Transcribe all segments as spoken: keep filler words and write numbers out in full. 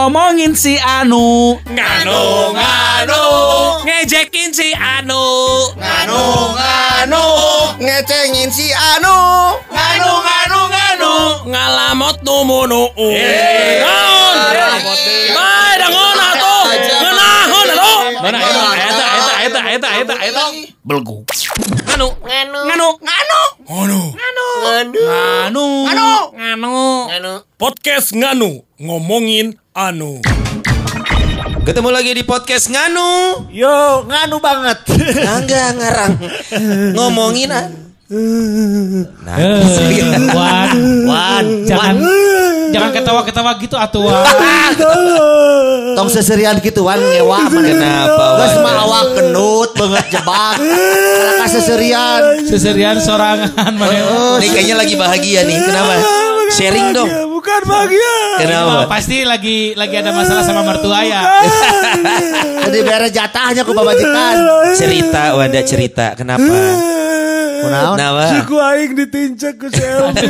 ngomongin si Anu. Nganu nganu Ngejekin si Anu. Nganu nganu ngecengin si Anu. Nganu nganu nganu Ngalamot numunu. Eh, naon? Bae dangon atuh. Ngeunahon atuh. Mana eta eta eta eta eta eta eta belgu. Nganu nganu nganu nganu nganu nganu nganu nganu nganu nganu podcast Nganu ngomongin Anu. Ketemu lagi di podcast Nganu. Yo, nganu banget. Enggak ngarang. Ngomongin Anu. Nah, Wan, Wan, jangan jangan ketawa-ketawa gitu atuh. Tong seserian gitu Wan ngewa mana. Kenapa, Wan? Geus mah awak kenut banget jebak. Ka seserian. Seserian sorangan mana. Ini kayaknya lagi bahagia nih. Kenapa? Sharing dong. Bukan bahagia. Kenapa? Pasti lagi lagi ada masalah sama mertua ya. Jadi beres jatahnya ku babajikan. Cerita, Wanda cerita. Kenapa? Kunaon? Kenapa? Ku aing ditincak ku si Elvi.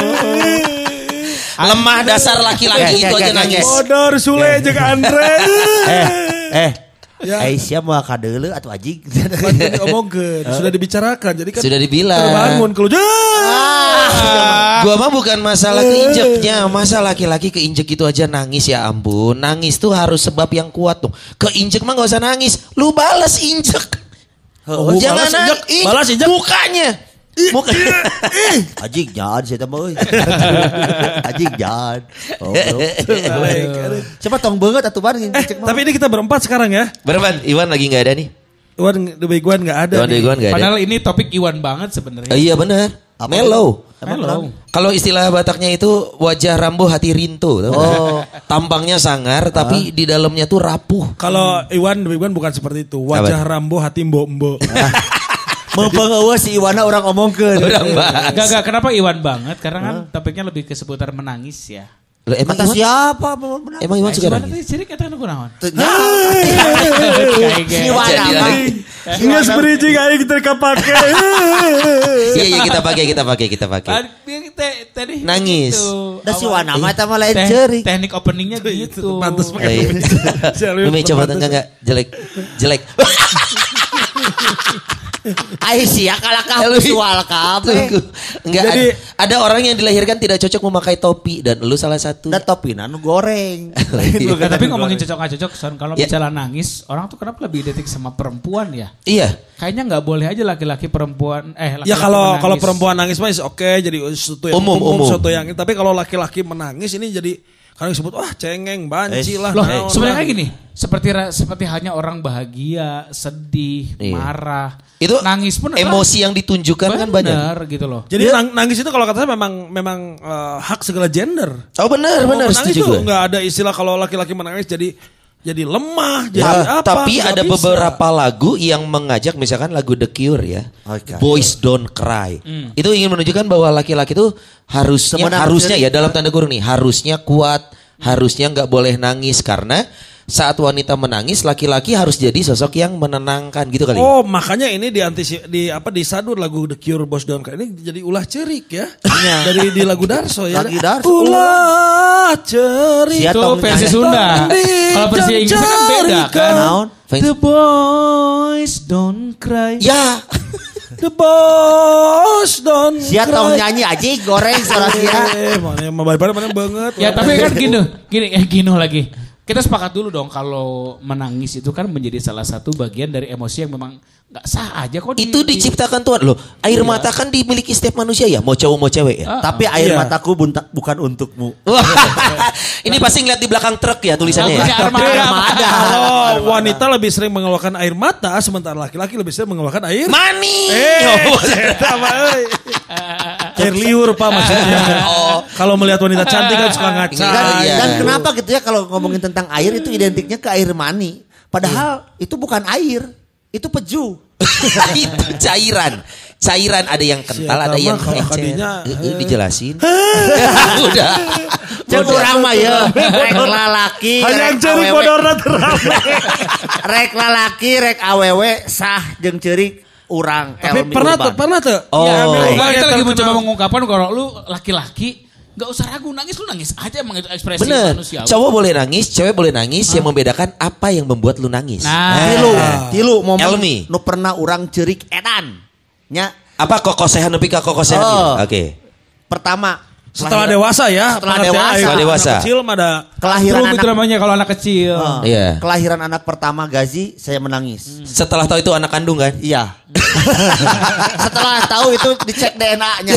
Lemah dasar laki-laki itu aja nangis. Bodor Sule jeung Andre. Eh, eh. Ya. Aisyah mau kadeuleu atuh anjing. Tadi omongkeun, sudah dibicarakan. Jadi kan Sudah dibilang. terbangun kalau Ah, gua mah bukan masalah keinjeknya, masa laki-laki keinjek itu aja nangis ya ampun. Nangis tuh harus sebab yang kuat tuh. Keinjek mah gak usah nangis, lu balas injek. Oh, Jangan balas injek, nangis, balas injek. mukanya. Muka. Anjing jangan saya teh euy. Anjing jangan. Oh, siapa tong banget atuh Ban ngecek mah. Tapi ini kita berempat sekarang ya. Berban, Iwan lagi gak ada nih. Iwan The Big One enggak ada. Iwan nih. Iwan gak ada. Padahal ini topik Iwan banget sebenarnya. Oh, iya benar. Apa Mellow. Hello. Kalau istilah Bataknya itu wajah rambu hati rintu. Tahu nggak? Oh. Tampangnya sangar tapi di dalamnya tuh rapuh. Kalau Iwan The Big One bukan seperti itu. Wajah Apa? Rambo hati mbok-mbok. Mumpung eueuh si Iwana orang omongkeun. Orang bahas. Gak, gak, kenapa Iwan banget? Karena kan topiknya lebih ke seputar menangis ya. Loh, emang Kata Iwan, siapa benar? emang Iwan suka Gimana nangis? tadi ciri kata aku naon? Si Jadi Iwana mah. lagi. Geus bridging aing teu kapake. Iya iya kita pakai kita pakai kita pakai. Tadi Nangis. gitu. Da si Iwana mah eta mah lain Teh- ceurik. Teknik openingnya gitu. Pantes pakai Eh, Serius, Lu mau coba pantes. enggak enggak jelek jelek. Aisyah kalakah Lu- visual kabeh. Tunggu. Enggak Jadi- ada, ada orang yang dilahirkan tidak cocok memakai topi dan lu salah satu. Da topina nu goreng. Nah, tapi ngomongin cocok gak cocok, Son, kalau Ya. misalnya nangis, orang tuh kenapa lebih identik sama perempuan ya? Iya. Kayaknya nggak boleh aja laki-laki perempuan eh laki-laki Ya kalau menangis. kalau perempuan nangis mah is oke jadi sesuatu yang Umum, umum, umum. sesuatu yang tapi kalau laki-laki menangis ini jadi kadang disebut wah cengeng banci lah. Loh, naon sebenarnya lah. kayak gini, seperti ra- seperti hanya orang bahagia, sedih, Iya. marah, Itu nangis pun emosi yang ditunjukkan kan banyak. bener gitu loh. Jadi nang- nangis itu kalau kata saya memang memang eh, hak segala gender. Oh benar Kalau benar menangis setuju itu gue. nggak ada istilah kalau laki-laki menangis jadi jadi lemah, jadi Ya, apa? tapi nggak ada bisa. beberapa lagu yang mengajak misalkan lagu The Cure ya. Oke. Boys Don't Cry. Itu ingin menunjukkan bahwa laki-laki itu harusnya Sebenarnya harusnya jadi- ya dalam tanda kurung nih, harusnya kuat, harusnya nggak boleh nangis karena saat wanita menangis laki-laki harus jadi sosok yang menenangkan gitu kali. Oh, makanya ini di antisi di apa disadur lagu The Cure Boys Don't Cry ini jadi ulah cerik ya. Dari di lagu Darso ya. Lagi Darso. Ulah cerik. Siap. Itu Atau versi menyanyi. Sunda. Kalau versi Inggris kan beda kan. Naon? The boys don't cry. Ya, The Boys Don't Sia Cry. tong nyanyi aja goreng suara sia. Eh, mana yang mabar mana banget. Ya tapi kan gini, gini, eh gini lagi. Kita sepakat dulu dong kalau menangis itu kan menjadi salah satu bagian dari emosi yang memang nggak sah aja kok. di- itu di- diciptakan Tuhan loh. Air mata kan dimiliki setiap manusia ya, mau cowok mau cewek ya. Ah, Tapi air Iya. mataku bunta- bukan untukmu. Wah, ini pasti ngeliat di belakang truk ya tulisannya. Punya Ya? armada. Armada. Kalau wanita lebih sering mengeluarkan air mata, sementara laki-laki lebih sering mengeluarkan air. Mani. Eh, Oh, eta mah, euy. Air liur Pak maksudnya. Oh. Kalau melihat wanita cantik kan suka ngaca. Dan, iya. dan kenapa gitu ya kalau ngomongin tentang air itu identiknya ke air mani. Padahal itu bukan air, itu peju. itu cairan. Cairan ada yang kental, Siapa ada yang mah kalau encer. kadinya, Eh, eh, dijelasin. Udah. Cek urang mah ya, rek lalaki, Hanya rek cerik awewe. bodorna terame. Rek lalaki, rek awewe sah jeung ceurik urang. Tapi Helmi pernah Urban. tuh, pernah tuh. Oh. Ya, Helmi Nah, Urban kita yang lagi terkenal. mencoba mengungkapkan kalau lu laki-laki Gak usah ragu, nangis lu nangis aja emang itu ekspresi Bener, manusia. cowok boleh nangis, cewek boleh nangis, yang membedakan apa yang membuat lu nangis. Nah. Tilu, tilu momen Elmi. nu pernah orang cerik edan. Nya Apa kokosehan nepi ka kokosehan Oh. gitu? Oke. pertama Setelah kelahiran- dewasa ya. Setelah pengertian dewasa. anak Setelah dewasa. Kecil mah ada. kelahiran Rumit anak namanya kalau anak kecil. Ah, Iya. kelahiran anak pertama Gazi saya menangis. Setelah tahu itu anak kandung kan? Iya. Setelah tahu itu dicek D N A-nya.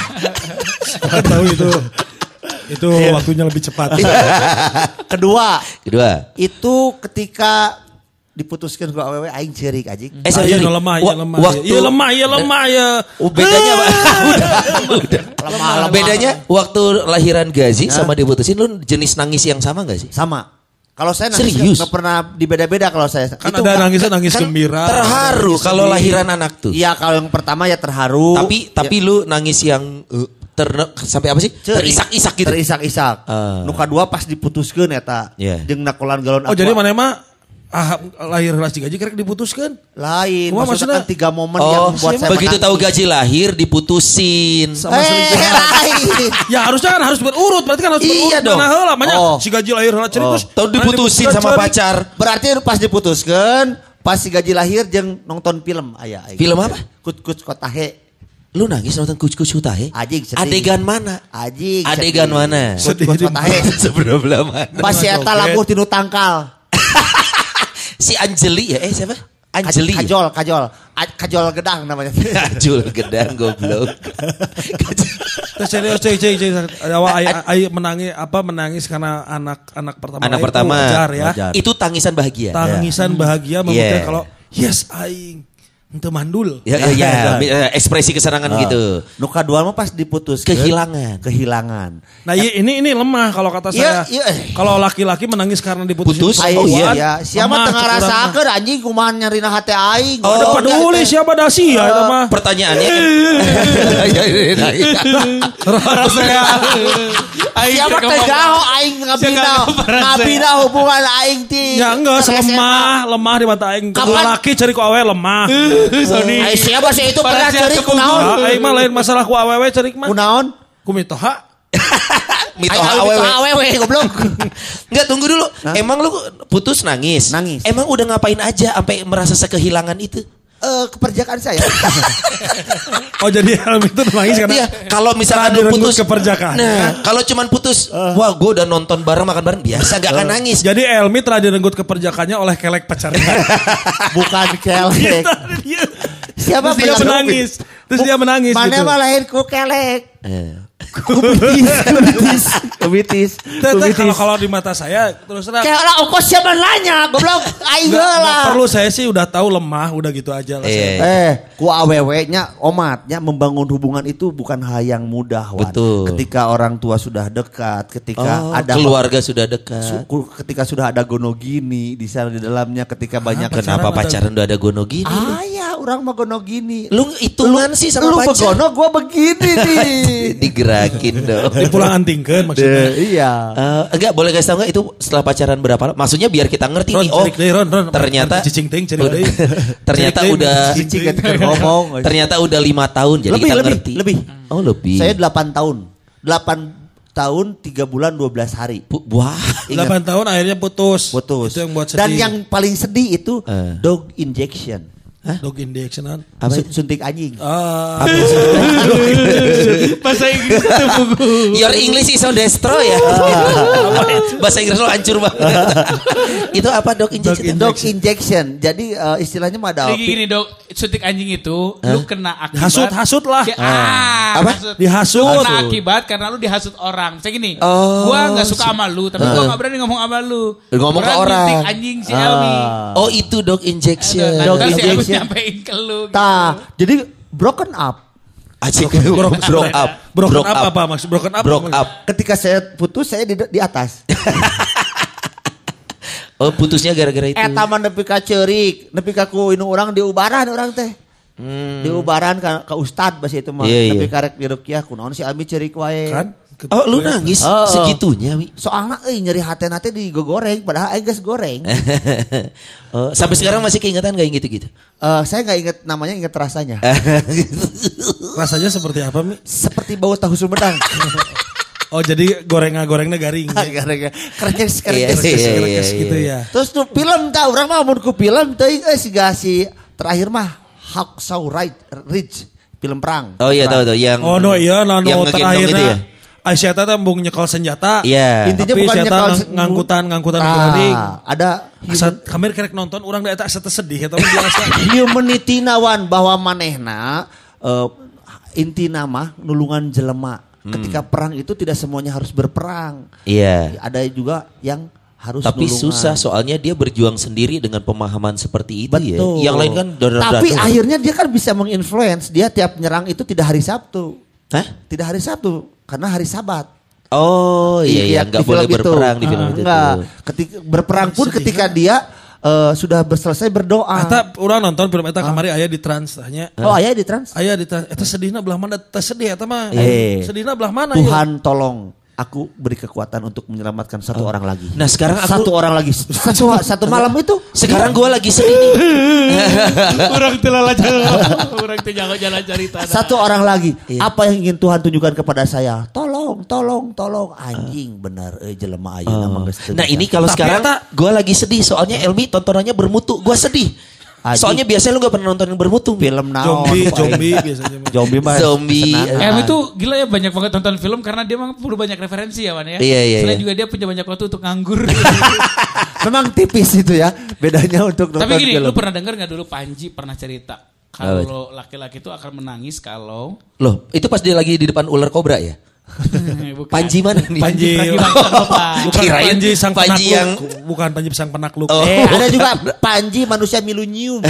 Kan tahu itu. Itu waktunya lebih cepat. Kedua, Kedua. itu ketika diputuskan ku awewe aing ceurik anjing. Eh Ah, sorry, iya sorry. lemah, iya Wa- lemah. Waktu Iya lemah, iya lemah ya. Oh, bedanya apa? udah, udah. Lemah, lemah. Bedanya waktu lahiran Gazi sama diputusin lu jenis nangis yang sama gak sih? Sama. Kalau saya nangis Serius? nggak pernah dibeda-beda kalau saya. Kan ada nangisnya nangis gembira. Terharu nangis kalau sedih. lahiran anak tuh. Iya, kalau yang pertama ya terharu. Tapi tapi lu nangis yang uh, ter sampai apa sih? Ceurik. Terisak-isak gitu. Terisak-isak. Ah. Nu kadua pas diputuskeun eta. Iya. Jeung nakolan galon Oh aqua. jadi mana mah ah, lahir kelas tiga aja kerek diputuskan. Lain, Kumaha maksudnya maksudnya? kan tiga momen yang Oh, membuat saya begitu tahu menangis. gaji lahir diputusin. Sama Eh, selingkuhan. lain. Ya harusnya kan harus berurut, berarti kan harus Iya berurut. dong. Nah, heula makanya Oh. si gaji lahir heula cerik Oh. terus. Tahu diputusin mana sama cerik. pacar. Berarti pas diputuskan, pas si gaji lahir jeung nonton film aya. aing. Film apa? Kut-kut kotahe. Lu nangis nonton kuc-kuc Hutahe? Anjing sedih. Adegan mana? Anjing. Adegan sedih. mana? Kut-kut kotahe. Sebelah mana? Pas si eta labuh tinu tangkal. Si Anjeli ya? Eh siapa? Anjeli. ya? Kajol, kajol. A- Kajol gedang namanya. Kajul gedang goblok. Kajul. Terus serius cek cek cek awal ai ai menangis apa menangis karena anak anak pertama Anak itu pertama. wajar ya. Wajar. Itu tangisan bahagia. Tangisan bahagia membuktikan Yeah. kalau yes aing henteu mandul. Ya, ya, ya, ya, ekspresi kesenangan Ah. gitu. Nu kadua mah pas diputuskan. Kehilangan. Kehilangan. Nah, i- ini ini lemah kalau kata Iya, saya. iya. Kalau laki-laki menangis karena diputusin Putus? Oh perempuan, iya, iya. Siapa lemah, tengah kurang rasakeun anjing kumaha nyarina hati aing. Oh, Ada peduli siapa dasi ya itu mah. Pertanyaannya Ya, ya, ya, ya. Siapa teh jaho aing ngabina ngabina hubungan aing ti. Ya enggak selemah, lemah di mata aing. Kapan? Laki cari ku awe lemah. Aing siapa sih itu pernah cari kunaon? Nah, aing mah lain masalah ku awewe cari mah. Kunaon? Ku mitoha. Mito Aing awewe. awewe goblok. Enggak, tunggu dulu. Emang lu putus nangis? Nangis. Emang udah ngapain aja sampai merasa sekehilangan itu? Eh keperjakaan saya. Oh jadi Helmi itu nangis karena Iya, kalau misalkan karena lu direnggut putus keperjakaan. Nah, kalau cuman putus, wah gue udah nonton bareng makan bareng biasa gak akan nangis. Jadi Elmi telah direnggut keperjakaannya oleh kelek pacarnya. Bukan kelek. Siapa Terus dia bilang menangis. Terus dia menangis Mana gitu. mah lahir ku kelek. Eh. Kubitis, kubitis, kubitis. Teteh kalau kalau di mata saya terus terang Kayak orang ongkos siapa nanya, goblok. Aing nggak nggak lah. perlu, saya sih udah tahu lemah, udah gitu aja lah. Iya. saya. Eh, ku awewe-nya omatnya membangun hubungan itu bukan hal yang mudah, Wan. Betul. Ketika orang tua sudah dekat, ketika Oh, ada keluarga sudah dekat. su- ku- ketika sudah ada gonogini di sana di dalamnya, ketika banyak Kenapa pacaran udah ada gono gini? Ah ya, orang mah gonogini. Lu hitungan sih sama Lu pacar. begono, gua begini nih. Digerakin dong. Dipulang antingkeun maksudnya. Eh, iya. Eh, enggak, boleh kasih tau enggak itu setelah pacaran berapa lama? Maksudnya biar kita ngerti Ron, nih. Oh, cerik deui, Ron, Ron. ternyata Cicing ting, cerik udah- deui. ternyata Cerik deui, udah cicing Cicing ting. ketika ngomong. ternyata udah lima tahun jadi Lebih, kita lebih, ngerti. lebih. Oh, lebih. Saya delapan tahun. delapan tahun, tiga bulan, dua belas hari. Bu- wah. Ingat. delapan tahun akhirnya putus. Putus. Itu yang buat sedih. Dan yang paling sedih itu Eh. dog injection. dog injectionan. Apa Su- itu? suntik anjing. Ah, Bahasa Inggris itu buku. Your English is so destroy ya. Bahasa Inggris lo hancur banget. Itu apa dok injection? Dog injection. Jadi eh, istilahnya mah ada Gini, gini dok, suntik anjing itu lu kena akibat. Hasut, hasut lah. Ya, ah, Apa? hasut. Dihasut. Lu kena akibat karena lu dihasut orang. Saya gini, Oh, gua nggak suka sama lu, tapi gua nggak berani ngomong sama lu. Ngomong ke Orang orang. nyuntik anjing si Elmi. Oh itu dog injection. Dog Ntar si Elmi injection. nyampein ke lu. gitu. Tah, jadi broken up. Acik broke, broke up. Broken up apa maksud broken up? Broke apa? up. Ketika saya putus, saya di, di atas. Oh putusnya gara-gara itu. Eta mah nepi ka ceurik, nepi ka ku inu urang diubaran orang teh. Hmm. Diubaran ka, ka ustad basa itu mah. Iya, Nepi iya. ka rek diruqyah kunaon si Almi ceurik wae. Kan? Oh lu nangis Oh. segitunya Wi. Soalnya euy nyeri hatena teh digoreng padahal aing geus goreng. Oh, sampai sekarang masih keingetan gak yang gitu-gitu? Eh, saya nggak inget namanya, inget rasanya. Rasanya seperti apa, Mi? Seperti bau tahu Sumedang. Oh jadi goreng-gorengnya garing. Ya? Gara-gara kerekes Iya, kerekes iya, iya, Kerekes iya. gitu ya. Terus tuh film tau orang mah mun ku film teuing euy siga si terakhir mah Hacksaw Ridge film perang. Oh iya tahu tuh yang Oh no iya no, yang no ngegendong terakhirnya. itu ya. Aisyah teh mbung nyekel senjata. Iya. Intinya Tapi bukan saya nyekal tahu ngangkutan ngangkutan Nah, garing. ada Asa kamera kerek nonton orang da eta asa teu sedih eta mah biasa. humanity nawan bahwa manehna uh, intina mah nulungan jelema. Ketika perang itu tidak semuanya harus berperang. Iya. Ada juga yang harus Tapi nulungan. susah soalnya dia berjuang sendiri dengan pemahaman seperti itu Betul. ya. Yang lain kan donor Tapi akhirnya dia kan bisa menginfluence. Dia tiap nyerang itu tidak hari Sabtu. Hah? Tidak hari Sabtu karena hari Sabat. Oh iya iya Di nggak film boleh itu. berperang di film Ah, itu. enggak. Ketika berperang pun Sedih, ketika dia eh, sudah selesai berdoa. Eta orang nonton film eta kamari aya di Trans tanya. Oh, ayah di trans. Aya di Trans. Eta sedihna belah mana? Teh sedih eta mah. Eh. Sedihna belah mana Tuhan tolong aku beri kekuatan untuk menyelamatkan satu orang lagi. Nah sekarang aku Satu orang lagi. Satu, satu malam itu. sekarang gue lagi sedih nih. Orang telala orang teh jangan jalan cerita. Satu orang lagi. Apa yang ingin Tuhan tunjukkan kepada saya? Tolong, tolong, tolong. Anjing benar. Eh, jelema ayeuna mah geus teu Nah bisa. ini kalau Tapi sekarang eta- gue lagi sedih soalnya Elmi tontonannya bermutu. Gue sedih. Anjing. Soalnya biasanya lu gak pernah nonton yang bermutu. film naon? Zombie, Pak? zombie biasanya. Zombie mah. Zombie. senang. Em itu gila ya banyak banget nonton film karena dia memang perlu banyak referensi ya Wan ya. Iya, iya, Selain iya. juga dia punya banyak waktu untuk nganggur. Memang tipis itu ya. Bedanya untuk nonton Tapi gini, film. lu pernah dengar nggak dulu Panji pernah cerita kalau laki-laki itu akan menangis kalau Loh itu pas dia lagi di depan ular kobra ya? Bukan. Panji mana nih? Panji. Pragiwaksono. Bukan Kirain Panji sang Panji penakluk. yang- Bukan Panji sang penakluk. Oh. Eh, ada juga Panji manusia milenium.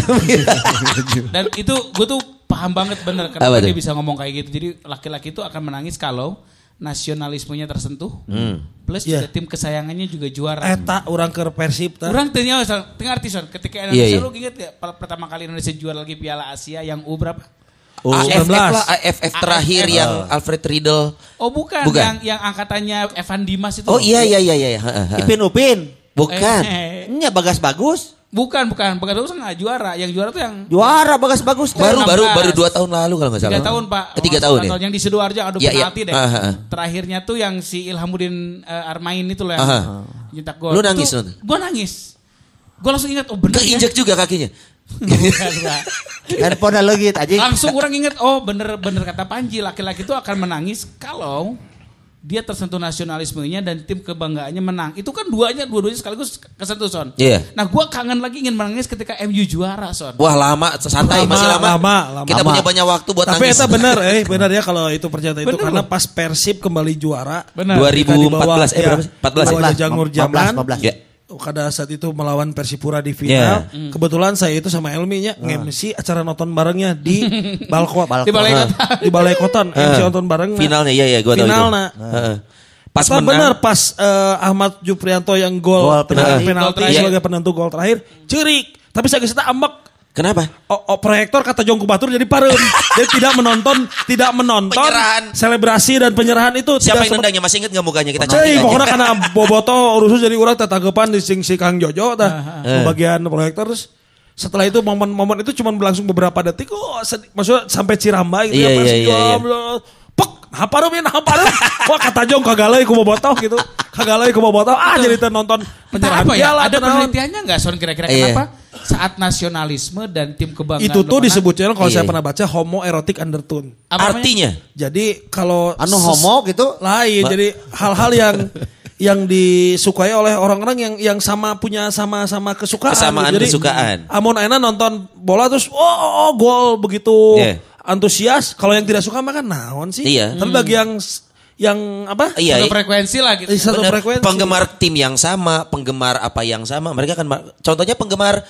Dan itu gue tuh paham banget bener Apa kenapa tuh? dia bisa ngomong kayak gitu. Jadi laki-laki itu akan menangis kalau nasionalismenya tersentuh. Plus Iya. juga tim kesayangannya juga juara. Eta orang ke Persib tah. Orang tanya tengah artisan ketika Iya, Indonesia iya. lu inget gak pada pertama kali Indonesia juara lagi Piala Asia yang U berapa? Oh, A F F sembilan belas. lah, A F F terakhir A F F. yang Alfred Riedel. Oh bukan, Bukan. yang yang angkatannya Evan Dimas itu. Oh iya iya iya iya. Ha, ha, ha. Ipin Upin. Bukan. Eh, eh, Nya Bagas Bagus. bukan bukan, Bagas Bagus nggak juara. Yang juara tuh yang Juara Bagas Bagus. teh. Baru enam baru belas. baru dua tahun lalu kalau nggak salah. tiga tahun pak. Eh, Tiga tahun ya. Yang di Sidoarjo adu Iya, iya. penalti deh. Ah, ah, ah. Terakhirnya tuh yang si Ilhamuddin eh, Armain itu loh yang Aha. nyetak gol. Lu nangis, Nun? Gue nangis. Gue langsung ingat oh bener ya. Keinjak juga kakinya. Bukan, Pak. Handphone legit aja. Langsung orang ingat oh bener bener kata Panji laki-laki itu akan menangis kalau dia tersentuh nasionalismenya dan tim kebanggaannya menang. Itu kan duanya dua-duanya sekaligus kesentuh Son. Iya. Nah gue kangen lagi ingin menangis ketika M U juara Son. Wah lama, santai Lama, masih lama. lama, lama. Kita Lama. punya banyak waktu buat Tapi nangis. eta benar eh benar ya kalau itu percaya itu Bener karena loh. pas Persib kembali juara Benar. dua ribu empat belas eh berapa sih? empat belas ya? Bawah Jangur Jaman. lima belas. Ya. Pada saat itu melawan Persipura di final. Yeah. Kebetulan saya itu sama Elmi nya nge-M C acara nonton barengnya di Balkon. Di Balai Kota. Di Balai Kota M C nonton bareng. Finalnya iya iya gua tahu itu. Finalnya. Heeh. Pas Pas menang. benar pas eh, Ahmad Juprianto yang gol Gol penalti, penalti. Gol penalti terakhir. sebagai penentu gol terakhir, cerik. Tapi saya kita ambek. Kenapa? Oh, oh, proyektor kata Jongku Batur jadi parem. Jadi tidak menonton, tidak menonton Penyerahan. selebrasi dan penyerahan itu Siapa tidak yang nendangnya? Masih inget nggak mukanya? Kita Cai, cari aja. pokoknya karena boboto urusan jadi orang tetanggepan di sing si Kang Jojo tah. Eh. Bagian proyektor terus setelah itu momen-momen itu cuma berlangsung beberapa detik oh sedih. Maksudnya sampai Ciramba gitu Iya, ya pas iya, iya, iya. jual, pek hapareum ya hapareum. Wah kata Jong kagaleuy ku bobotoh gitu. Kagaleuy ku bobotoh ah jadi teu nonton Entah penyerahan apa ya? piala Ada teu naon. penelitiannya nggak Son kira-kira Iya. kenapa saat nasionalisme dan tim kebanggaan Itu tuh menang, disebutnya kalau Iya. saya pernah baca homoerotic undertone. apa namanya? Artinya? Jadi kalau Anu ses- homo gitu. lain jadi hal-hal yang yang disukai oleh orang-orang yang yang sama punya sama-sama kesukaan. Kesamaan Jadi, kesukaan. Amon Aina nonton bola terus oh, oh, oh, gol begitu Iya. antusias. Kalau yang tidak suka mah kan naon sih. Iya. Tapi bagi yang yang apa? Iya. Satu frekuensi lah gitu. Eh, satu Bener. frekuensi. Penggemar tim yang sama, penggemar apa yang sama, mereka kan contohnya penggemar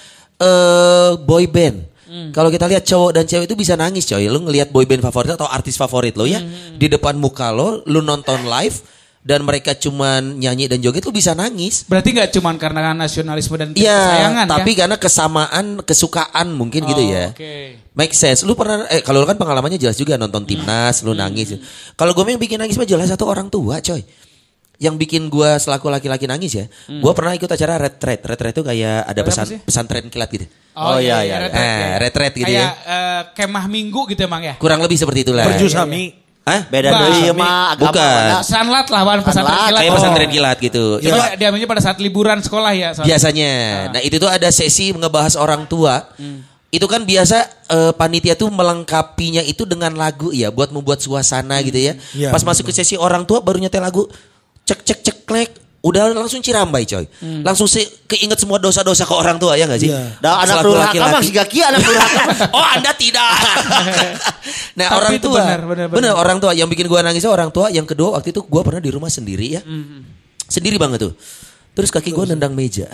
eh boy band. Kalau kita lihat cowok dan cewek itu bisa nangis coy. Lu ngelihat boy band favorit atau artis favorit lo ya di depan muka lo, lu nonton live dan mereka cuman nyanyi dan joget lu bisa nangis. Berarti nggak cuma karena nasionalisme dan tim Iya, kesayangan tapi ya? karena kesamaan, kesukaan mungkin gitu Oh, ya. Oke. Make sense. Lu pernah eh kalau lu kan pengalamannya jelas juga nonton timnas, lu nangis. Kalau gue yang bikin nangis mah jelas satu orang tua, coy. Yang bikin gue selaku laki-laki nangis ya. Gue pernah ikut acara retreat. Retreat itu kayak ada Apa pesan sih? pesantren kilat gitu. Oh, iya, iya, iya. retret, Eh, ya. retret gitu Kayak ya. eh, kemah minggu gitu emang ya? Kurang lebih seperti itulah. Berjusami. Hah? Beda Bah, deui mah agama. bukan. mana. Sanlat lah, wan pesantren Sanlat. kilat. Kayak Oh. pesantren kilat gitu. Itu Itu diambilnya pada saat liburan sekolah ya. Son. biasanya. Nah itu tuh ada sesi ngebahas orang tua. Hmm. Itu kan biasa eh, panitia tuh melengkapinya itu dengan lagu ya, buat membuat suasana gitu ya. Iya, Pas masuk ke sesi orang tua baru nyetel lagu cek cek cek klek. Udah langsung cirambai coy. Langsung se- keinget semua dosa-dosa ke orang tua ya gak sih? Iya. Da anak Selaku durhaka laki-laki. mah siga kieu anak durhaka. Oh anda tidak. Nah Tapi orang itu tua, benar, benar, benar, benar. orang tua yang bikin gua nangis orang tua. Yang kedua waktu itu gua pernah di rumah sendiri ya, sendiri banget tuh. Terus kaki gua nendang meja.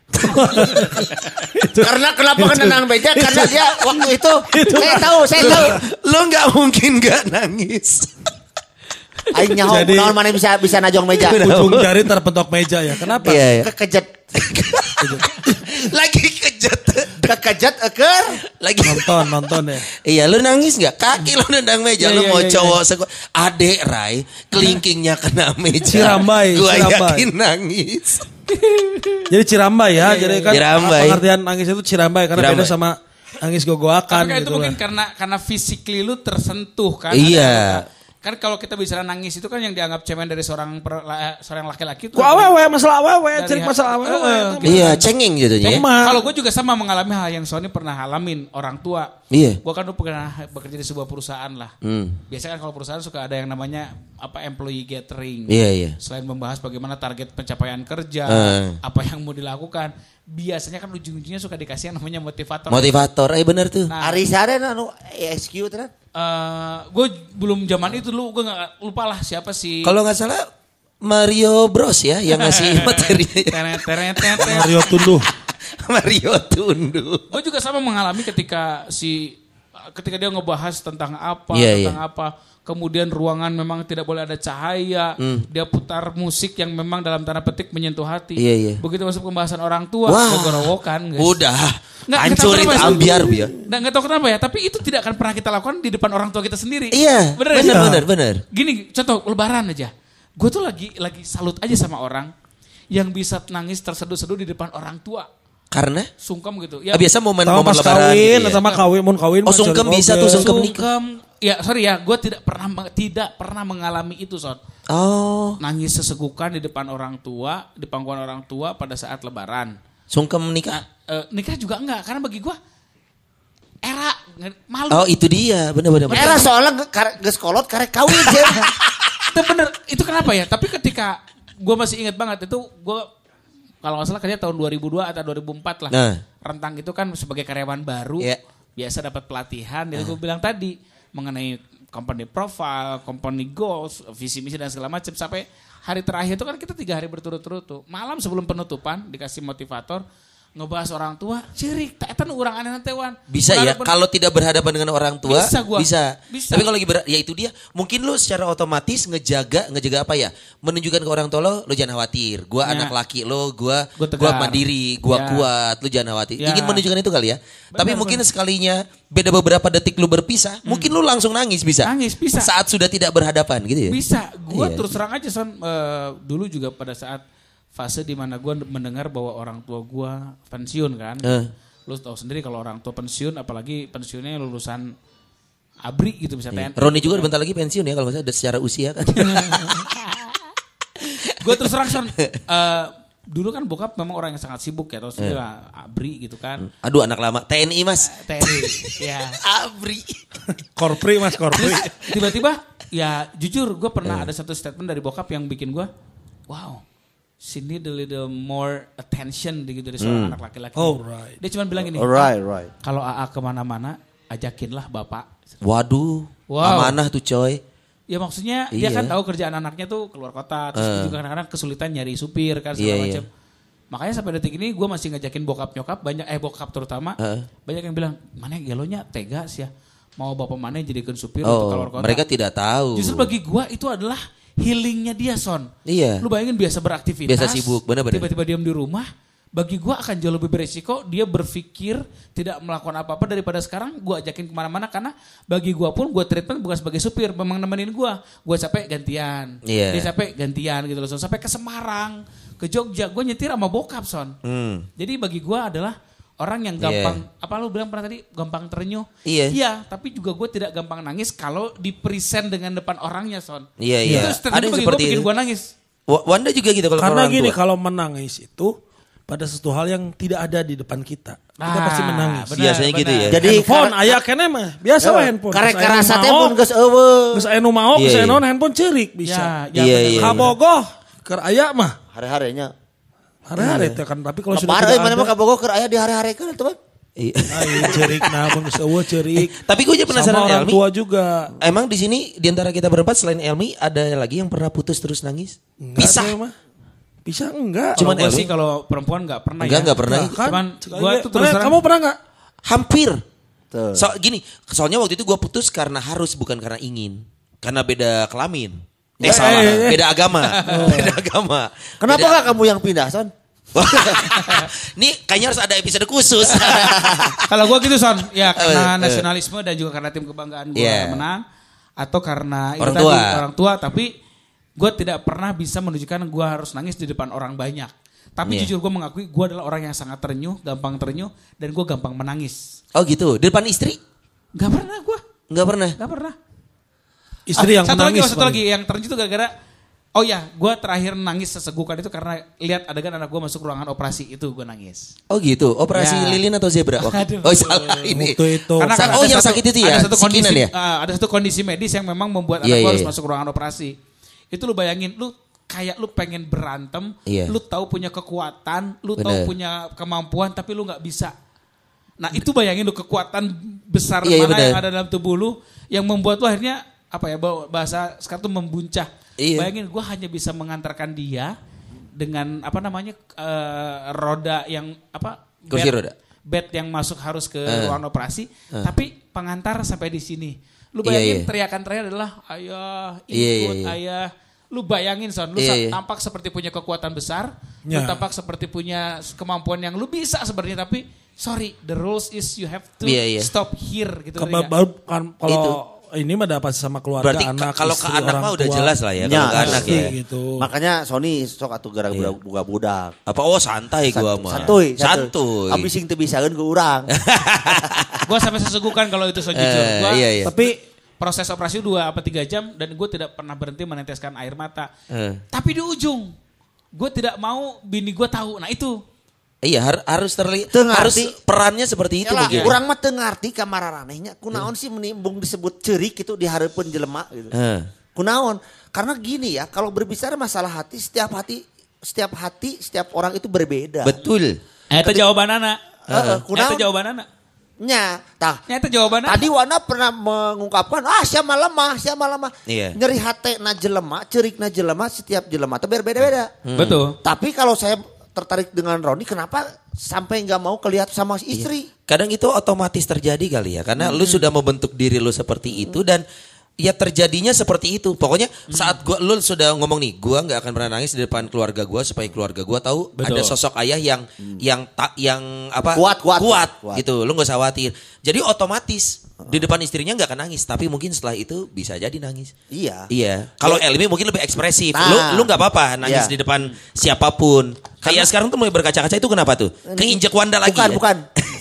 Karena kenapa kan nendang meja? Karena dia waktu itu saya tahu, saya tahu. Lo nggak mungkin nggak nangis. Aing nyaho Jadi- naon mana bisa bisa najong meja. Ujung jari terpentok meja ya. Kenapa? Iya, iya. Kekejet. Lagi kejut. Kekejet eker. Lagi. Nonton, nonton ya. Iya, lu nangis nggak? Kaki lu nendang meja, Iya, lu iya, mau iya, cowok sekuat. Adek Rai, kelingkingnya kena meja. Cirambai, Gua cirambai. yakin nangis. Jadi cirambai ya. Jadi kan Cirambai. pengertian nangis itu cirambai karena Cirambai. beda sama nangis gogoakan Tapi kan itu gitu mungkin kan. karena karena physically lu tersentuh kan. Iya. Ada- Kan kalau kita bicara nangis itu kan yang dianggap cemen dari seorang per, la- seorang laki-laki itu. Ku awewe masalah awewe, Dari cari ha- masalah awewe. Eh, eh, Gitu. Iya, cengeng jadinya. ya. Emang. Kalau gue juga sama mengalami hal yang Sony pernah alamin orang tua. Iya. Gue kan dulu pernah bekerja di sebuah perusahaan lah. Hmm. Biasanya kan kalau perusahaan suka ada yang namanya apa employee gathering. Iya, iya. Selain membahas bagaimana target pencapaian kerja, Eh. apa yang mau dilakukan, biasanya kan ujung-ujungnya suka dikasih yang namanya motivator. Motivator, eh bener tuh. Nah, Ari Saren anu E X Q tenan. gue belum zaman itu dulu gue nggak lupa lah siapa sih. Kalau nggak salah Mario Bros ya yang ngasih materi. Teret, teret, teret, teret. Mario Tunduh. Mario Tundu. Gue juga sama mengalami ketika si ketika dia ngebahas tentang apa, Iya, tentang iya. apa. Kemudian ruangan memang tidak boleh ada cahaya. Dia putar musik yang memang dalam tanda petik menyentuh hati. Iya, iya. Begitu masuk pembahasan orang tua, Wah. gogorowokan, guys. Udah. Nggak, nggak Hancur tahu itu kenapa sih. ambiar ya. Nggak, nggak tahu kenapa ya, tapi itu tidak akan pernah kita lakukan di depan orang tua kita sendiri. Iya. Bener, Bener, ya? bener, bener. Gini, contoh lebaran aja. Gue tuh lagi lagi salut aja sama orang yang bisa nangis terseduh-seduh di depan orang tua. Karena Sungkem gitu. ah, biasa momen Sama momen pas lebaran kawin, gitu ya. sama kawin, mau kawin. Oh, mah sungkem cari bisa oge. tuh, sungkem nikah. Sungkem, ya sorry ya, gue tidak pernah tidak pernah mengalami itu, Son. Oh, Nangis sesegukan di depan orang tua, di pangkuan orang tua pada saat lebaran. sungkem Nah, nikah. eh, nikah juga enggak, karena bagi gue era nge- malu. Oh, itu dia. Bener, bener, bener. Era soalnya ge- kare- geus kolot karek kawin je. Itu bener, itu kenapa ya? Tapi ketika gue masih ingat banget itu gue kalau nggak salah kerja tahun dua ribu dua atau dua ribu empat lah. Nah. Rentang itu kan sebagai karyawan baru, Iya. biasa dapat pelatihan. Jadi gue bilang tadi mengenai company profile, company goals, visi misi dan segala macam. Sampai hari terakhir itu kan kita tiga hari berturut-turut tuh. Malam sebelum penutupan dikasih motivator ngebahas orang tua, cirik, tak etan urang aneh tewan. Bisa ya, Berhadapan- kalau tidak berhadapan dengan orang tua Bisa gua. bisa. Bisa. Tapi kalau lagi ber- ya itu dia, mungkin lu secara otomatis ngejaga, ngejaga apa ya? Menunjukkan ke orang tua lo, lo jangan khawatir. Gua Ya. anak laki lo, gua Gua gua, tegar. mandiri, gua Ya. kuat, lu jangan khawatir. Ya. Ingin menunjukkan itu kali ya. Tapi Benar, mungkin sekalinya beda beberapa detik lu berpisah, mungkin lu langsung nangis bisa. Nangis, bisa. Saat sudah tidak berhadapan gitu ya. Bisa, gue Iya. terus terang aja Son, eh, dulu juga pada saat fase di mana gue mendengar bahwa orang tua gue pensiun kan. Eh. Lu tahu sendiri kalau orang tua pensiun, apalagi pensiunnya lulusan abri gitu misalnya. Iya. Roni juga bentar lagi pensiun ya kalau nggak salah secara usia kan. Gue terus terang Son, eh, dulu kan bokap memang orang yang sangat sibuk ya, tahu sendiri lah abri gitu kan. Aduh anak lama, T N I Mas. T N I, ya. Abri. Korpri mas, korpri. Terus tiba-tiba ya jujur gue pernah ada satu statement dari bokap yang bikin gue, wow, she need a little more attention gitu dari seorang anak laki-laki. Alright. Dia cuma bilang gini, Alright, right. kalau A A kemana-mana ajakinlah bapak. Waduh, Wow. amanah tuh coy. Ya maksudnya dia Iya. kan tahu kerjaan anaknya tuh keluar kota, terus Eh. juga kadang-kadang kesulitan nyari supir kan Iya, segala iya. macam. Makanya sampai detik ini gue masih ngajakin bokap nyokap banyak eh bokap terutama Heeh. banyak yang bilang mana gelonya tegas ya mau bapak mana jadikan supir untuk keluar Oh, kota. mereka tidak tahu. Justru bagi gua itu adalah healingnya dia Son. Iya. Lu bayangin biasa beraktivitas. Biasa sibuk, benar-benar. Tiba-tiba diam di rumah. Bagi gua akan jauh lebih beresiko dia berpikir tidak melakukan apa-apa daripada sekarang gua ajakin kemana-mana karena bagi gua pun gua treatment bukan sebagai supir, memang nemenin gua. Gua capek gantian, Iya. dia capek gantian gitu loh. Son. Sampai ke Semarang, ke Jogja, gua nyetir sama bokap Son. Hmm. Jadi bagi gua adalah orang yang gampang, apa lu bilang pernah tadi, gampang terenyuh. Iya. Iya, tapi juga gue tidak gampang nangis kalau di-present dengan depan orangnya, Son. Iya, iya. Itu Ada yang bagi seperti gue bikin itu. gue nangis. Wa- Wanda juga gitu kalau Karena orang gini, tua. kalau menangis itu pada sesuatu hal yang tidak ada di depan kita. Kita Ah, pasti menangis. benar, Biasanya gitu benar. ya. Jadi handphone kar- aya kene mah. Biasa Eh, lah handphone. karek Geus aya nu karasa teh mao, pun geus eueuh. geus aya nu mao, geus Iya, aya iya. naon handphone ceurik bisa. Ya, ya, Iya, benar. iya. Kabogoh keur aya mah. Hari-harinya. Hari-hari teh kan, tapi kalau sudah Lebar euy tidak mana mah ada. kabogoh keur aya di hari-harikeun teman. Iya. Ayo ceurik nah mun geus eueuh ceurik. Tapi gue juga penasaran Sama orang Elmi. tua juga. Emang di sini di antara kita berempat selain Elmi ada lagi yang pernah putus terus nangis? Enggak Pisah. teh mah. Pisah enggak. Cuman Cuman gue Elmi? sih kalau perempuan nggak pernah Enggak, ya. enggak pernah. Nah, kan, Cuman sekali gua lagi. tuh terus Mana, terang- kamu pernah enggak? Hampir. Tuh. So, gini, soalnya waktu itu gue putus karena harus bukan karena ingin. Karena beda kelamin. Eh, Eh, salah, eh, eh. beda agama. Beda agama. Kenapa Beda- enggak kamu yang pindah, Son? Nih kayaknya harus ada episode khusus. Kalau gue gitu Son, ya karena Eh, eh. nasionalisme dan juga karena tim kebanggaan gue Iya. menang. Atau karena itu Orang tadi, tua. orang tua. Tapi gue tidak pernah bisa menunjukkan gue harus nangis di depan orang banyak. Tapi Iya. jujur gue mengakui gue adalah orang yang sangat terenyuh, gampang terenyuh. Dan gue gampang menangis. Oh gitu, di depan istri? Gak pernah gue, Enggak pernah. gak pernah. Istri Ah, yang satu menangis. lagi, oh, satu paling. lagi yang terenyuh itu gara-gara. Oh ya, gue terakhir nangis sesegukan itu karena lihat adegan anak gue masuk ruangan operasi itu gue nangis. Oh gitu, operasi Ya. lilin atau zebra? Aduh. Oh salah ini. Waktu itu. Karena kan Oh, ada yang satu- sakit itu ya? Ada satu kondisi, Sikinan ya? ah, ada satu kondisi medis yang memang membuat Iya, anak gue iya, harus iya. masuk ruangan operasi. Itu lu bayangin, lu kayak lu pengen berantem, Iya. lu tahu punya kekuatan, lu Bener. tahu punya kemampuan, tapi lu nggak bisa. Nah itu bayangin lu kekuatan besar Iya, iya, mana bener. yang ada dalam tubuh lu, yang membuat lu akhirnya apa ya bahasa sekarang tuh membuncah. Iya. Bayangin gue hanya bisa mengantarkan dia dengan apa namanya eh, roda yang apa Kursi bed- roda. bed yang masuk harus ke Eh. ruangan operasi, tapi pengantar sampai di sini. Lu Iya, bayangin iya. teriakan-teriakan adalah ayah ikut Iya, iya, iya. ayah. Lu bayangin Son, lu Iya, sa- iya. tampak seperti punya kekuatan besar, Ya. lu tampak seperti punya kemampuan yang lu bisa sebenarnya, tapi sorry, the rules is you have to Iya, iya. stop here gitu. Ke- ngerti nggak? baru kan kalau Itu. ini mah dapat sama keluarga Berarti anak. ka- kalau ke istri, anak orang mah udah tua. jelas lah ya, Ya, kalau ke anak pasti ya. gitu. Makanya Sony sok atuh gara Iya. budak-budak. Apa oh santai gua mah. Santuy, Santuy. Abis sing teu bisaeun ke urang. Gue sampai sesegukan kalau itu Son, jujur. Eh, Gua iya, iya. Tapi proses operasi dua apa tiga jam dan gue tidak pernah berhenti meneteskan air mata. Eh. Tapi di ujung gue tidak mau bini gue tahu. Nah itu Iya har- harus terlihat Teu harus ngarti. perannya seperti itu Yalah, mungkin. urang mah teu ngarti ka mararanehnya. Kunaon sih menimbung disebut ceurik itu di hareupeun jelema gitu. Eh. Kunaon? Karena gini ya, kalau berbicara masalah hati, setiap hati setiap hati, setiap orang itu berbeda. Betul. Eh, itu jawaban anak. Heeh, Itu kunaon? jawaban anak. Nya, tah. Ya itu jawaban anak. Tadi Wana pernah mengungkapkan, ah siapa lemah, siapa lemah. Iya. Nyeri hati na jelema, cerik na jelema, setiap jelema itu berbeda-beda. Betul. Tapi kalau saya tertarik dengan Roni, kenapa sampai nggak mau kelihatan sama istri? Kadang itu otomatis terjadi kali ya, karena lu sudah membentuk diri lu seperti itu dan ya terjadinya seperti itu. Pokoknya saat gua lu sudah ngomong nih, gua nggak akan pernah nangis di depan keluarga gua supaya keluarga gua tahu Betul. ada sosok ayah yang yang tak yang apa Kuat, kuat, kuat, kuat. gitu. Lu nggak usah khawatir. Jadi otomatis di depan istrinya nggak akan nangis, tapi mungkin setelah itu bisa jadi nangis. Iya. Iya. Kalau Elmi mungkin lebih ekspresif. Nah. Lu lu nggak apa-apa nangis Iya. di depan siapapun. Kayak sekarang tuh mulai berkaca-kaca itu kenapa tuh? Keinjek Wanda lagi Bukan, ya? bukan.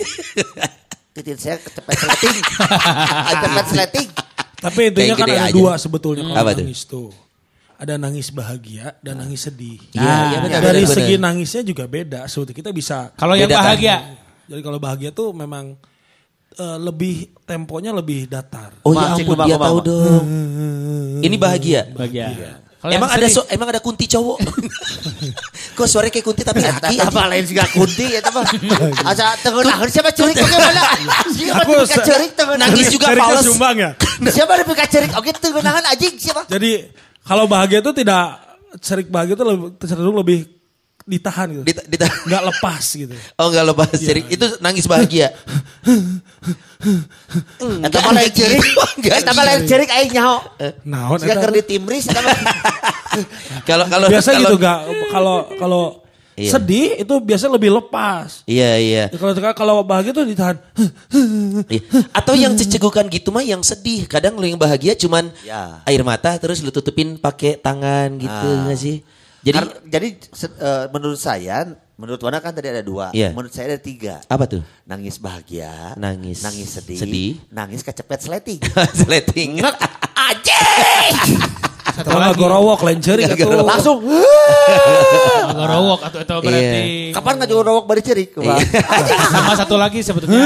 Titik saya kecepet sleting. Kecepet sleting. Tapi intinya Kayak kan gede ada aja. dua sebetulnya kalau Apa tuh? nangis tuh. Ada nangis bahagia dan nangis sedih. Iya, iya, benar, Dari benar, segi benar. nangisnya juga beda. Sebetulnya kita bisa. Kalau yang Bedakan. bahagia, Jadi kalau bahagia tuh memang eh, lebih temponya lebih datar. Oh Wah, ya cik, ampun, bang, dia bang, tahu bang. dong. Ini bahagia. bahagia. Kalau Emang yang ada sedih, so, emang ada kunti cowok. Kok suaranya kayak kunti tapi laki. Eta mah lain juga kunti eta mah. Asa tengeunaheun siapa cerik oge mana? Siapa Aku nu pika se- cerik tengeunaheun. Nangis juga Cerita fals. sumbang ya. Siapa nu pika cerik oge tengeunaheun anjing siapa? Jadi kalau bahagia itu tidak serik bahagia itu lebih, cenderung lebih ditahan gitu. Dita- dita- Nggak lepas gitu. Oh enggak lepas jadi itu nangis bahagia. Eta mah lain cerik. Enggak. Eta mah lain cerik aing nyaho. Naon Siga eta? keur ditimbris eta mah. Kalau kalau Biasa kalau- gitu gak kalau kalau Iya. sedih itu biasa lebih lepas. Iya iya. Ya, kalau kalau bahagia tuh ditahan. Iya. Atau yang cecegukan gitu mah yang sedih. Kadang lu yang bahagia cuman Ya. air mata terus lu tutupin pakai tangan gitu Ah. nggak sih? Jadi Kar- jadi se- eh, menurut saya Menurut Wana kan tadi ada dua. Iya. Menurut saya ada tiga. Apa tuh? Nangis bahagia. Nangis. Nangis sedih. Sedih. Nangis kecepet sleting. Sleting. Ngek anjing. Satu lagi gorowok lain cerik atuh. Langsung. Gorowok atau itu berarti. Kapan ngajorowok bari cerik? Sama satu lagi sebetulnya.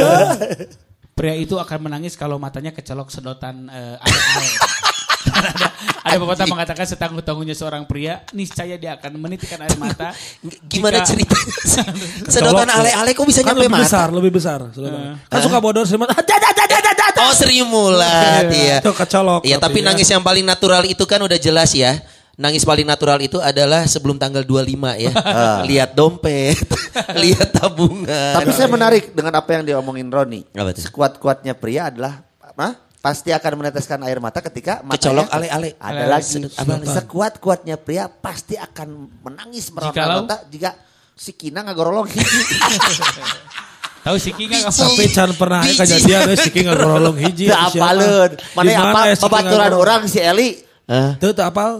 Pria itu akan menangis kalau matanya kecolok sedotan uh, air-air. ada, ada pepatah mengatakan setangguh-tangguhnya seorang pria, niscaya dia akan menitikkan air mata. Gimana jika- ceritanya? Sedotan ale-ale kok bisa Kan nyampe lebih mata? besar, lebih besar. sedotan. Kan suka bodor serimut. Oh Sri Mulat ya. Itu kecolok. Iya tapi ya. nangis yang paling natural itu kan udah jelas ya. Nangis paling natural itu adalah sebelum tanggal dua puluh lima ya. Lihat dompet, lihat tabungan. Tapi saya menarik dengan apa yang diomongin Roni. Apa tuh? Sekuat-kuatnya pria adalah apa? Pasti akan meneteskan air mata ketika matanya Kecolok ale-ale. Ada Ale-ale lagi. sedot- apa? Sekuat-kuatnya pria pasti akan menangis meronta Jikalau? mata jika si Kina ngagorolong hiji. Tahu si Kinga nggak Tapi can pernah Biji. kejadian eh, si King ngorolong hiji. Teu apaleun. Mana apa babaturan orang si Eli. Hah? Tuh teu apal.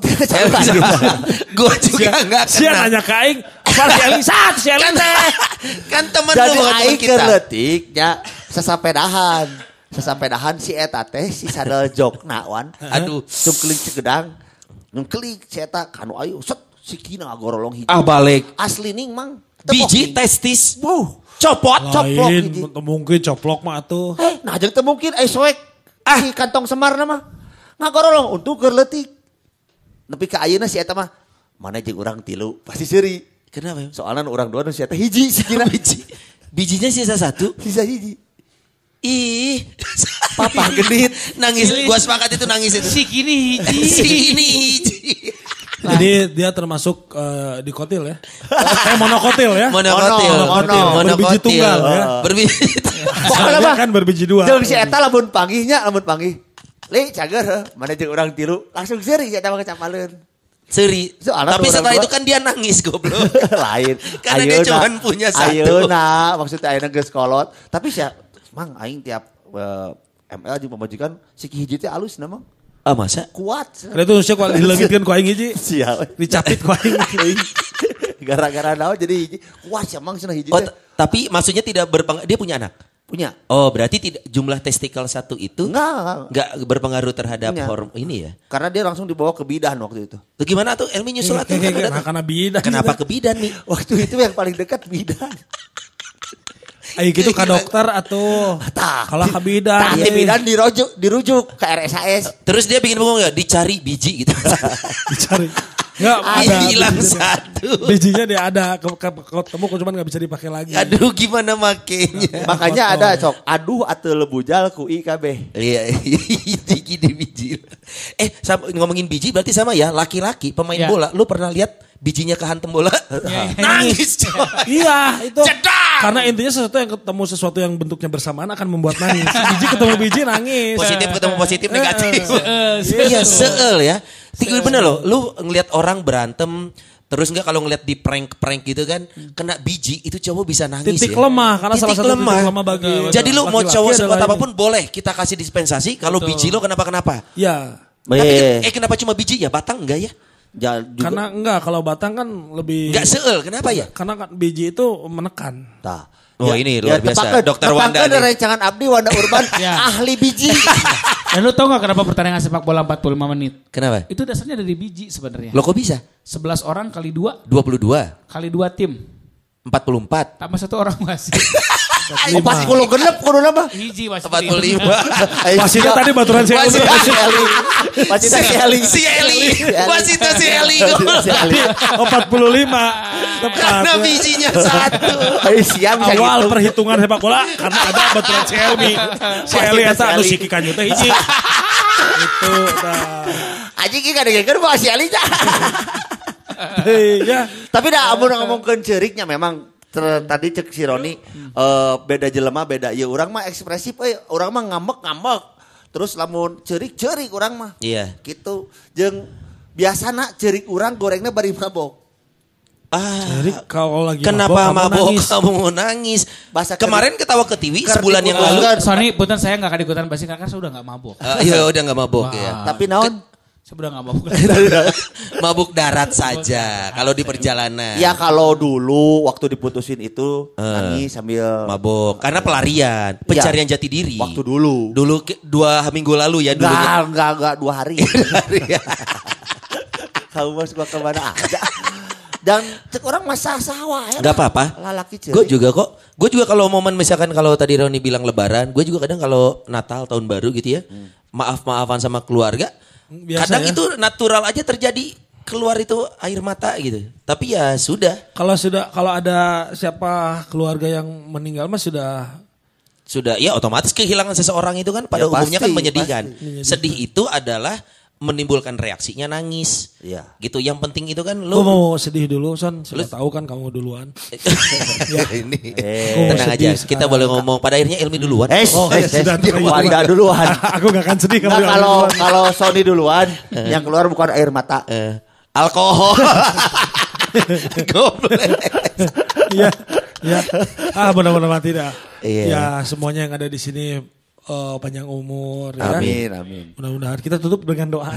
Gue juga nggak Sia kenal. nanya ke aing, apal si Eli sat si Eli teh. Kan temen lu Jadi bukan temen aing kita. keletiknya sesapedahan. Sesapedahan si eta teh si sadel jokna wan. Aduh. Cungkeling cegedang. Nungkeling si eta kanu ayu set si Kina ngagorolong hiji. Ah balik. Asli ning mang. Biji Tepok, testis. Wuh. Copot. Coplok Lain hiji. mungkin coplok mah atuh. Eh, nah jeung teu mungkin eh soek ah si kantong semar mah. Ngagorolong untuk keur leutik. Nepi ka ayeuna si eta mah mana jeung urang tilu pasti seuri. Kenapa? Soalnya urang dua nu si eta hiji si Kina Biji. Bijinya sisa satu. sisa hiji. Ih. Papa genit. Nangis. Gua sepakat itu nangis itu. Si Kini hiji. Si ini hiji. Jadi dia termasuk eh, di kotil ya. Eh monokotil ya. Monokotil. Mono, mono. Berbiji tunggal ya. Berbiji. Pokoknya Dia mah kan berbiji dua. jeung si eta lamun panggihnya lamun panggih. Li cager heuh, mana jeung urang tilu langsung seuri si eta mah kecapaleun. Seri. Soalnya Tapi orang setelah dua- itu kan dia nangis goblok. Lain. Karena dia cuman punya satu. Ayeuna maksudnya ayeuna geus kolot. Tapi sia mang aing tiap eh, M L jeung pemajikan si hiji teh alus na mang. Ah masa? Kuat. Karena itu sih kalau dilengitkan ku aing hiji. Sial. Dicapit ku aing. Gara-gara naon jadi hiji. Kuat sia mang cenah hiji Oh, teh. t- tapi maksudnya tidak berpengaruh. Dia punya anak. Punya. Oh, berarti tidak jumlah testikel satu itu Enggak, enggak. nggak berpengaruh terhadap Punya. hormon ini ya. Karena dia langsung dibawa ke bidan waktu itu. Tuh gimana tuh Elmi nyusul atuh? Kayak Kan kayak udah- karena bidan. Kenapa ke bidan nih? Waktu itu yang paling dekat bidan. Ayo gitu ke dokter atau Tah. kalau ke bidan. Tah, di bidan dirujuk, dirujuk ke R S H S. Terus dia bikin ngomong ya, dicari biji gitu. Dicari. Enggak Ah, ada. hilang bijinya. satu. Bijinya dia ada. Ke- ke- Ketemu kok cuman gak bisa dipakai lagi. Aduh, gimana makainya? Makanya ada sok aduh atau lebujal ku I K B. Iya, gini biji. Eh, sama- ngomongin biji berarti sama ya, laki-laki pemain Ya. bola, lu pernah lihat bijinya kehantem bola? Nangis coy. Iya itu. Cedang! Karena intinya sesuatu yang ketemu sesuatu yang bentuknya bersamaan akan membuat nangis. Biji ketemu biji nangis. Positif ketemu positif negatif. Eh, Iya, seel ya. Tiga bener loh, lu ngelihat orang berantem terus nggak kalau ngelihat di prank-prank gitu kan kena biji itu cowok bisa nangis Titik ya. lemah karena salah satu titik lemah bagi Jadi lu mau laki-laki cowok adalah sekuat ini. apapun boleh kita kasih dispensasi kalau biji lo kenapa-kenapa. Ya. Tapi Eh, eh kenapa cuma biji ya batang enggak ya? ja- juga- Karena enggak kalau batang kan lebih Enggak seel, kenapa ya? Karena kan biji itu menekan. Tah. Oh, ini luar biasa. tepakeun- Dokter Wanda tepakeun nih. rancangan Abdi Wanda Urban Ya. ahli biji. Dan lu tau gak kenapa pertandingan sepak bola empat puluh lima menit? Kenapa? Itu dasarnya dari biji sebenarnya. Lo kok bisa? sebelas orang kali dua dua puluh dua, kali dua tim. empat puluh empat, Tambah satu orang wasit. empat puluh genep kudu nama. Hiji wasit. empat puluh lima. Wasitnya tadi baturan saya Wasit- Si Eli. Wasitnya si Eli. Si Eli. Wasitnya si Eli. Si Eli. empat puluh lima tepat. Karena ya. bijinya satu. Ayo siap bisa Awal gitu. perhitungan sepak bola karena ada baturan si Elmi. Si Eli eta anu Si Eli. siki kanyu teh hiji. Itu tah. Aji ki kadang-kadang bawa si Eli dah. Hei, ya. Tapi dah amun ngomongkeun ceuriknya memang ter- tadi cek si Roni eh, beda jelema beda. Ya urang mah ekspresif euy, urang mah ngambek-ngambek. Terus lamun ceurik-ceurik urang mah. Iya. Gitu. Jeung biasana ceurik urang gorengna bari mabok. Ah, Jadi kalau lagi kenapa mabok nangis. kamu mau nangis? Bahasa Kemarin ketawa ke T V Ker- sebulan yang lalu. diputuskan. Sony, punten saya gak akan ikutan basi karena saya udah gak mabok. Ah, iya udah nggak mabok ya. Tapi naon? Sudah nggak mabuk. Mabuk darat saja kalau di perjalanan. Ya kalau dulu waktu diputusin itu nangis sambil mabuk karena pelarian, pencarian jati diri. Waktu dulu. Dulu ke- dua minggu lalu ya dulu. Enggak, enggak, enggak dua hari. Kamu mas gua kemana aja. Dan cek orang masa sawah ya. Gak apa-apa. Lalaki ceri. Gue juga kok. Gue juga kalau momen misalkan kalau tadi Roni bilang lebaran, gue juga kadang kalau Natal tahun baru gitu ya, hmm. maaf-maafan sama keluarga. Biasa kadang ya. itu natural aja terjadi keluar itu air mata gitu. Tapi ya sudah. Kalau sudah kalau ada siapa keluarga yang meninggal mah sudah Sudah ya otomatis kehilangan seseorang itu kan pada Ya, umumnya pasti, kan menyedihkan. pasti. Sedih itu adalah menimbulkan reaksinya nangis. Iya. Gitu. Yang penting itu kan Gue lu mau sedih dulu Son, sudah tahu kan kamu duluan. ini Gua mau tenang sedih aja. Kita sekarang. boleh ngomong pada akhirnya Ilmi duluan. Eh, Oh, eh, ya, sudah, eh, terima Wanda kasih. duluan. Aku gak akan sedih Nah, kamu kalau duluan. kalau Sony duluan, yang keluar bukan air mata. Eh, alkohol. Goblok. Iya, iya. Ah benar-benar tidak. Iya. Ya semuanya yang ada di sini eh, panjang umur. Ya. Amin, amin. Mudah-mudahan kita tutup dengan doa.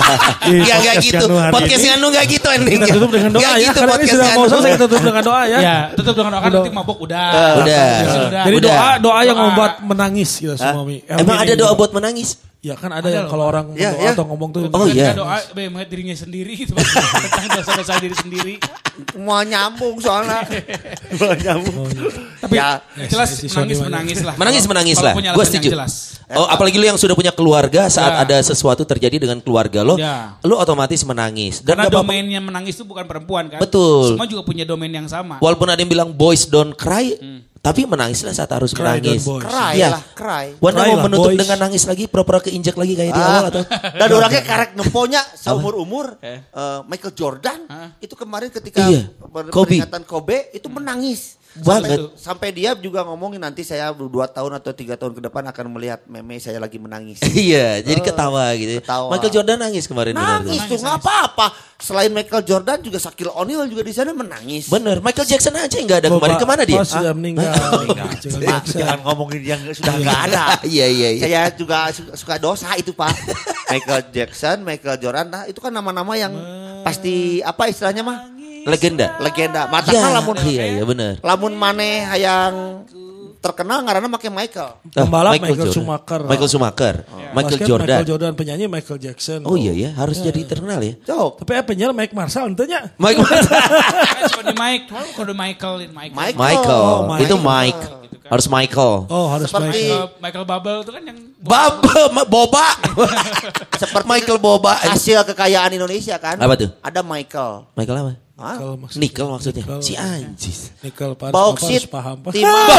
Ya enggak gitu. Podcast Nganu enggak gitu endingnya. Kita tutup dengan doa Nggak ya. gitu Karena ini podcast sudah mau Nganu. selesai kita tutup dengan doa ya. Ya, tutup dengan doa kan nanti mabuk udah. Udah. Udah. Jadi Udah. doa doa yang Doa. membuat menangis kita semua Mi. Eh, Emang Mi, ada Mi, doa Mi. buat menangis? Ya kan ada yang kalau orang Ya, berdoa ya. atau ngomong tuh. Oh, iya. Doa be mengingat dirinya sendiri gitu tentang dosa-dosa diri sendiri. Mau nyambung soalnya. Mau nyambung. Tapi Ya. jelas Si menangis Sony banyak. menangis lah. Menangis Kalau- menangis kalau lah. punya Gue alasan yang setuju. jelas. Oh, apalagi lu yang sudah punya keluarga saat Ya. ada sesuatu terjadi dengan keluarga lo, Ya. lu otomatis menangis. Dan Karena nggak apa-apa. domainnya menangis itu bukan perempuan kan. Betul. Semua juga punya domain yang sama. Walaupun ada yang bilang boys don't cry, tapi menangislah saat harus Cry menangis. don't boys. Cry Iya. lah, cry. Wanda Cry mau lah, menutup boys. dengan nangis lagi, pura-pura keinjak lagi kayak di Ah, awal atau? dan orangnya karek nemponya seumur-umur eh, Michael Jordan itu kemarin ketika Iya, per- Kobe. peringatan Kobe itu menangis Banget. sampai, sampai dia juga ngomongin nanti saya dua tahun atau tiga tahun ke depan akan melihat meme saya lagi menangis. Iya, jadi ketawa gitu. ketawa. Michael Jordan nangis kemarin. Nangis benar. tuh nggak apa-apa. Selain Michael Jordan juga Shaquille O'Neal juga di sana menangis. Bener, Michael Jackson aja yang nggak ada Oh, kemarin. Pak- Kemana dia? Pak sudah meninggal. Jangan Pak, maksa. jangan ngomongin yang sudah nggak ada. Iya, iya, iya. Saya juga suka, suka dosa itu Pak. Michael Jackson, Michael Jordan, nah itu kan nama-nama yang pasti apa istilahnya mah Legenda. legenda. Iya, Matanya lamun iya, iya benar. lamun maneh yang terkenal ngaranna make Michael. Pembalap Michael Schumacher. Michael Schumacher. Michael Basket Jordan. Michael Jordan, penyanyi Michael Jackson. Oh iya ya, harus jadi terkenal ya. Cok. Tapi eh penyiar Mike Marshall entenya. Michael. Kan cuma di Mike, kalau Michael, Michael. Michael. Michael. Mike. Itu Mike. Harus Michael. Oh harus Seperti- Mike. Michael, Michael Bubble itu kan yang Baba, Ma- Boba. Seperti Michael Boba. hasil kekayaan Indonesia kan. Apa tuh? Ada Michael. Michael apa? Hah? Nikel maksudnya. Nikel maksudnya. Nikel. Si anjis. Nikel Pak Bauksit, harus paham Pak. timah,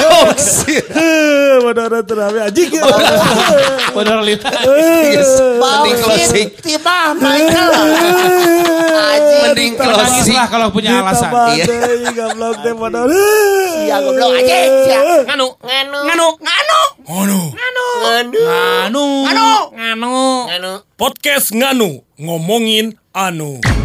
Benar terapi anjing. Benar Lita. Mending closing. bauksit, timah, Michael. Mending Menangis closing. lah kalau punya alasan. Iya. Gablok teh padahal. Sia goblok aja, sia. Nganu, nganu, nganu, nganu, Ngono. nganu, Anu. nganu, nganu, nganu. Podcast Nganu ngomongin anu.